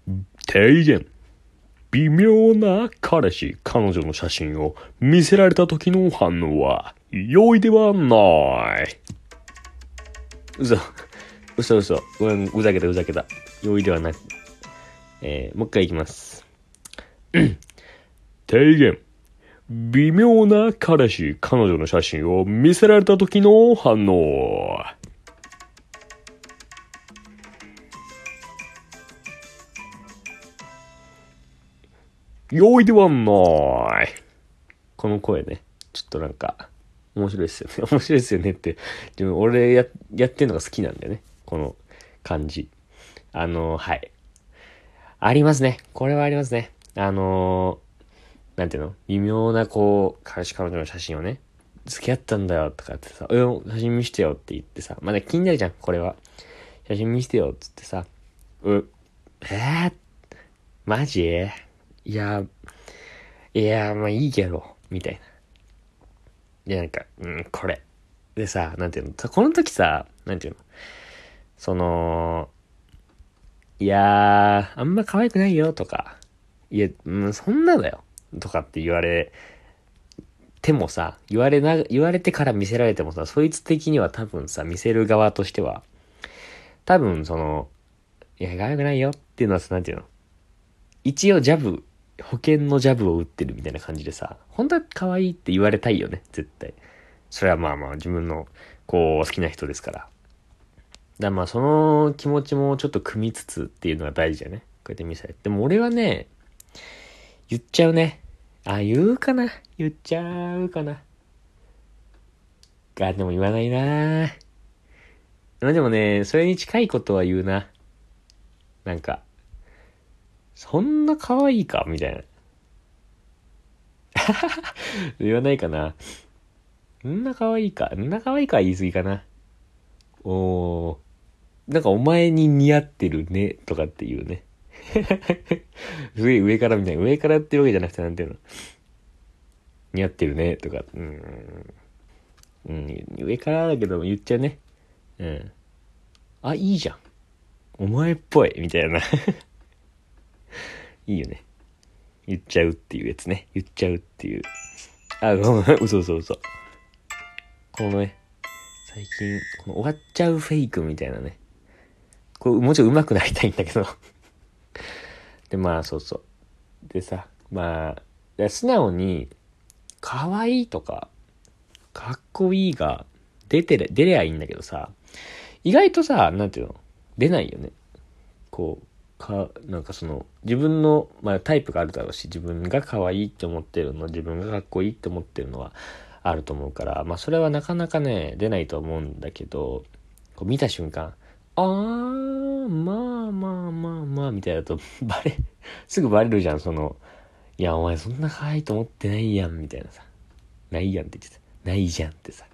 提言。微妙な彼氏、彼女の写真を見せられた時の反応は良いではない。嘘。ごめん、うざけた。良いではない。もう一回いきます。提言。微妙な彼氏、彼女の写真を見せられた時の反応。良いではない。この声ね、ちょっとなんか、面白いですよね。面白いですよねって、俺やってんのが好きなんだよね。この感じ。はい。ありますね。これはありますね。なんていうの？微妙な彼氏彼女の写真をね、付き合ったんだよとかってさ、写真見してよって言ってさ、まだ気になるじゃん、これは。写真見してよっつってさ、マジ？まあいいけど、みたいな。で、なんか、これ。でさ、なんていうの、この時さ、なんていうの、あんま可愛くないよとか、そんなだよとかって言われてもさ、言われてから見せられてもさ、そいつ的には多分さ、見せる側としては、多分可愛くないよっていうのはさ、なんていうの、一応保険のジャブを打ってるみたいな感じでさ、本当は可愛いって言われたいよね、絶対。それはまあまあ自分の好きな人ですから。まあその気持ちもちょっと組みつつっていうのが大事だよね。こうやって見せられて。でも俺はね、言っちゃうね。言っちゃうかな。でも言わないな。でもね、それに近いことは言うな。なんか、そんな可愛いかみたいな。言わないかな。んな可愛いかは言い過ぎかな。なんかお前に似合ってるね、とかっていうね。すげえ上からみたいな。上からってるわけじゃなくて、なんていうの。似合ってるね、とか。上からだけど言っちゃうね。いいじゃん。お前っぽい、みたいな。いいよね。言っちゃうっていうやつね。言っちゃうっていう。ごめん、嘘。このね、最近、この終わっちゃうフェイクみたいなね。もうちょっと上手くなりたいんだけど。で、まあ、そう。でさ、まあ、素直に、可愛いとか、かっこいいが、出りゃいいんだけどさ、意外とさ、なんていうの、出ないよね。なんか自分の、タイプがあるだろうし、自分が可愛いって思ってるの、自分がかっこいいって思ってるのはあると思うから、それはなかなかね、出ないと思うんだけど、見た瞬間、まあ、みたいだと、すぐバレるじゃん、いや、お前そんな可愛いと思ってないやん、みたいなさ。ないやんって言ってた。ないじゃんってさ。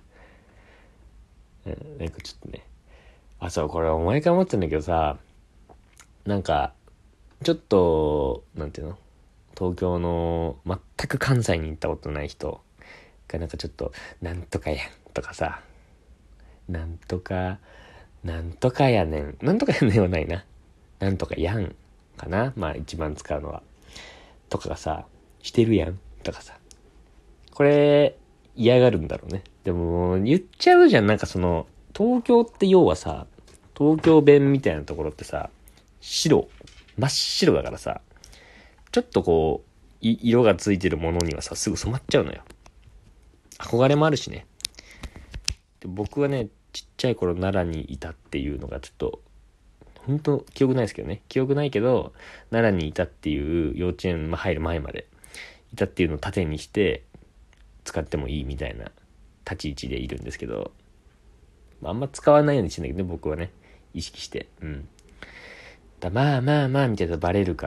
なんかちょっとね。そう、これお前から思ってんだけどさ、なんか、ちょっと、なんていうの？東京の全く関西に行ったことない人がなんかちょっと、なんとかやんとかさ、なんとかやねんはないな。なんとかやんかな。一番使うのは。とかがさ、してるやんとかさ。これ、嫌がるんだろうね。でも、言っちゃうじゃん。なんか東京って要はさ、東京弁みたいなところってさ、真っ白だからさ、ちょっと色がついてるものにはさ、すぐ染まっちゃうのよ。憧れもあるしね。で僕はね、ちっちゃい頃奈良にいたっていうのがちょっと、本当記憶ないですけどね。記憶ないけど、奈良にいたっていう幼稚園入る前までいたっていうのを盾にして使ってもいいみたいな立ち位置でいるんですけど、あんま使わないようにしてんだけどね、僕はね。意識して。まあ、みたいなバレるから、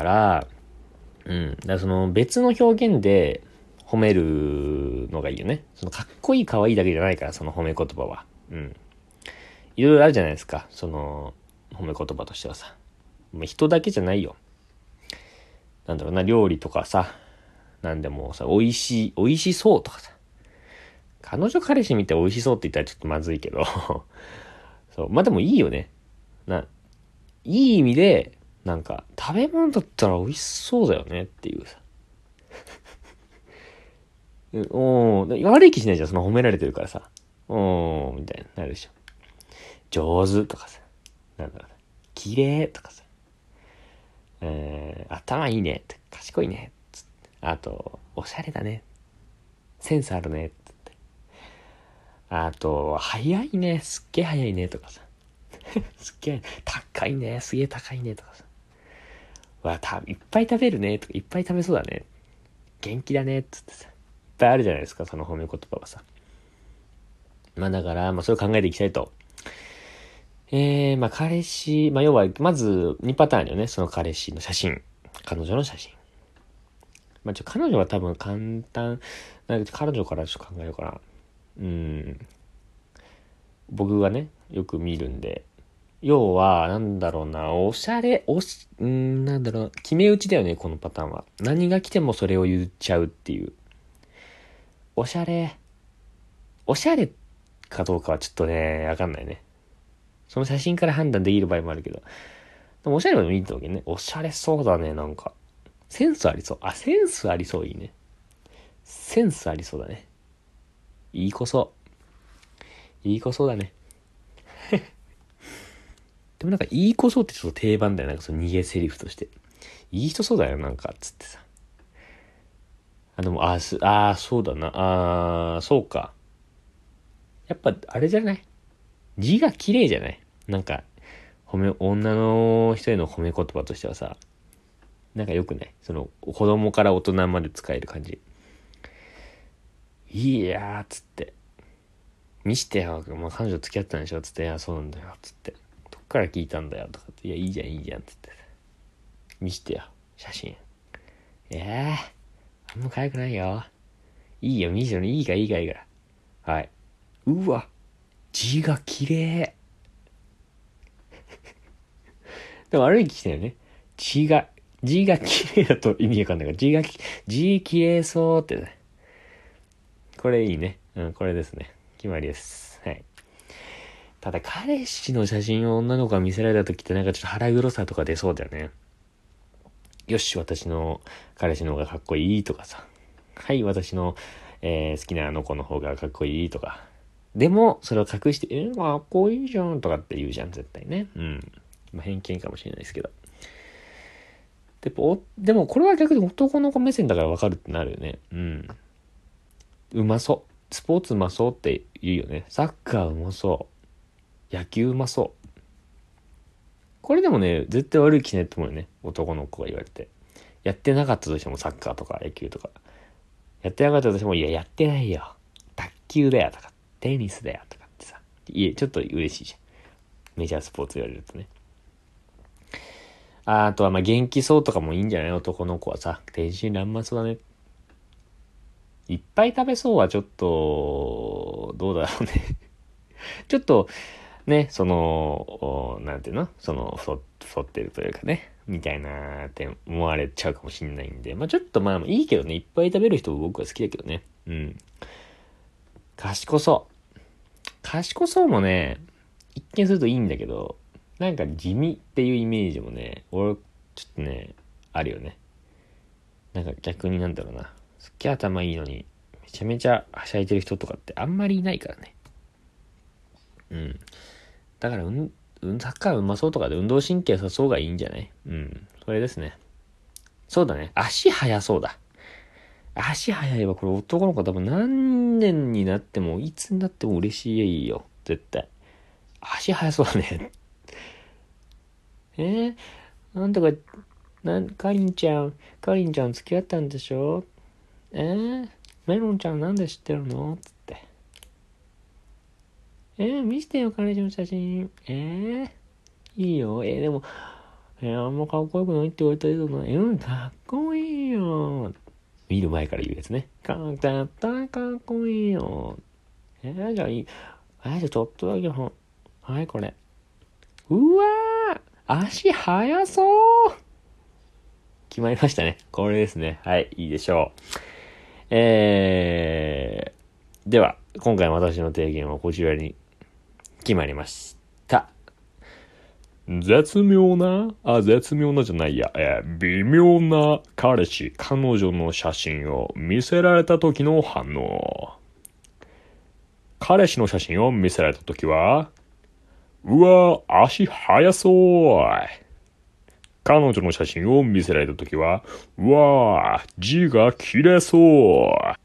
だから別の表現で褒めるのがいいよね。かっこいい可愛いだけじゃないから、その褒め言葉は。いろいろあるじゃないですか。褒め言葉としてはさ。人だけじゃないよ。なんだろうな、料理とかさ、なんでもさ、美味しそうとかさ。彼氏見て美味しそうって言ったらちょっとまずいけど。そう。でもいいよね。いい意味で、 なんか食べ物だったら美味しそうだよねっていうさ。悪い気しないじゃん、その褒められてるからさ。みたいになるでしょ。上手とかさ。なんだろうな。綺麗とかさ。頭いいねって。賢いね。つってあと、おしゃれだね。センスあるね。つって。あと、早いね。すっげえ早いね。とかさ。すっげえ、高いね。すげえ高いね。とかさ。いっぱい食べるね。とか、いっぱい食べそうだね。元気だね。つってさ。いっぱいあるじゃないですか。その褒め言葉はさ。まあだから、それを考えていきたいと。彼氏、要は、まず2パターンあるよね。その彼氏の写真。彼女の写真。彼女は多分簡単。彼女からちょっと考えようかな。僕がね、よく見るんで。要は、おしゃれ、決め打ちだよね、このパターンは。何が来てもそれを言っちゃうっていう。おしゃれかどうかはちょっとね、わかんないね。その写真から判断できる場合もあるけど。でもおしゃれでもいいってわけね。おしゃれそうだね、なんか。センスありそう。センスありそういいね。センスありそうだね。いい子そう。いい子そうだね。でもなんかいい子そうってちょっと定番だよ。なんかその逃げセリフとして。いい人そうだよ、なんか、つってさ。でも、そうだな。そうか。やっぱ、あれじゃない？字が綺麗じゃない？なんか、女の人への褒め言葉としてはさ、なんか良くない？その、子供から大人まで使える感じ。いやー、つって。見してよ。彼女付き合ったんでしょつって。いや、そうなんだよ。つって。どっから聞いたんだよ。とかって。いや、いいじゃん、いいじゃん。つって。見してよ。写真。あんま可愛くないよ。いいよ、見せろ。いいから、いいから、いいから。はい。うわ。字が綺麗。でも悪い気してるね。字が綺麗だと意味わかんないから、字綺麗そうってね。これいいね。これですね。決まりです。はい。ただ、彼氏の写真を女の子が見せられた時ってなんかちょっと腹黒さとか出そうだよね。よし、私の彼氏の方がかっこいいとかさ。はい、私の、好きなあの子の方がかっこいいとか。でも、それを隠して、かっこいいじゃんとかって言うじゃん、絶対ね。偏見かもしれないですけど。でもこれは逆に男の子目線だからわかるってなるよね。うまそう。スポーツうまそうって言うよね。サッカーうまそう。野球うまそう。これでもね、絶対悪い気しないと思うよね。男の子が言われて。やってなかったとしてもサッカーとか野球とか。やってなかったとしても、いや、やってないよ。卓球だよとか、テニスだよとかってさ。ちょっと嬉しいじゃん。メジャースポーツ言われるとね。あとは元気そうとかもいいんじゃない？男の子はさ。天真爛漫そうだね。いっぱい食べそうはちょっと、どうだろうね。ちょっと、ね、なんていうの太ってるというかね、みたいなって思われちゃうかもしんないんで、ちょっといいけどね、いっぱい食べる人僕は好きだけどね。賢そう。賢そうもね、一見するといいんだけど、なんか地味っていうイメージもね、俺、ちょっとね、あるよね。なんか逆になんだろうな。すっげえ頭いいのに、めちゃめちゃはしゃいでる人とかってあんまりいないからね。だから、サッカーうまそうとかで運動神経さそうがいいんじゃない？それですね。そうだね。足速そうだ。足速いわ。これ男の子多分何年になっても、いつになっても嬉しいよ。絶対。足速そうだね。なんとか、かりんちゃん付き合ったんでしょ？メロンちゃんなんで知ってるの？つって。見せてよ、彼女の写真。いいよ。でも、あんまかっこよくないって言われたけどな。かっこいいよ。見る前から言うやつね。絶対かっこいいよ。じゃあいい。じゃあちょっとだけはい、これ。うわー、足速そう。決まりましたね。これですね。はい、いいでしょう。では、今回私の提言はこちらに決まりました。 絶妙なじゃないや、微妙な彼女の写真を見せられた時の反応。彼氏の写真を見せられた時は、うわ、足速そう。彼女の写真を見せられた時は、うわ、字が綺麗そう。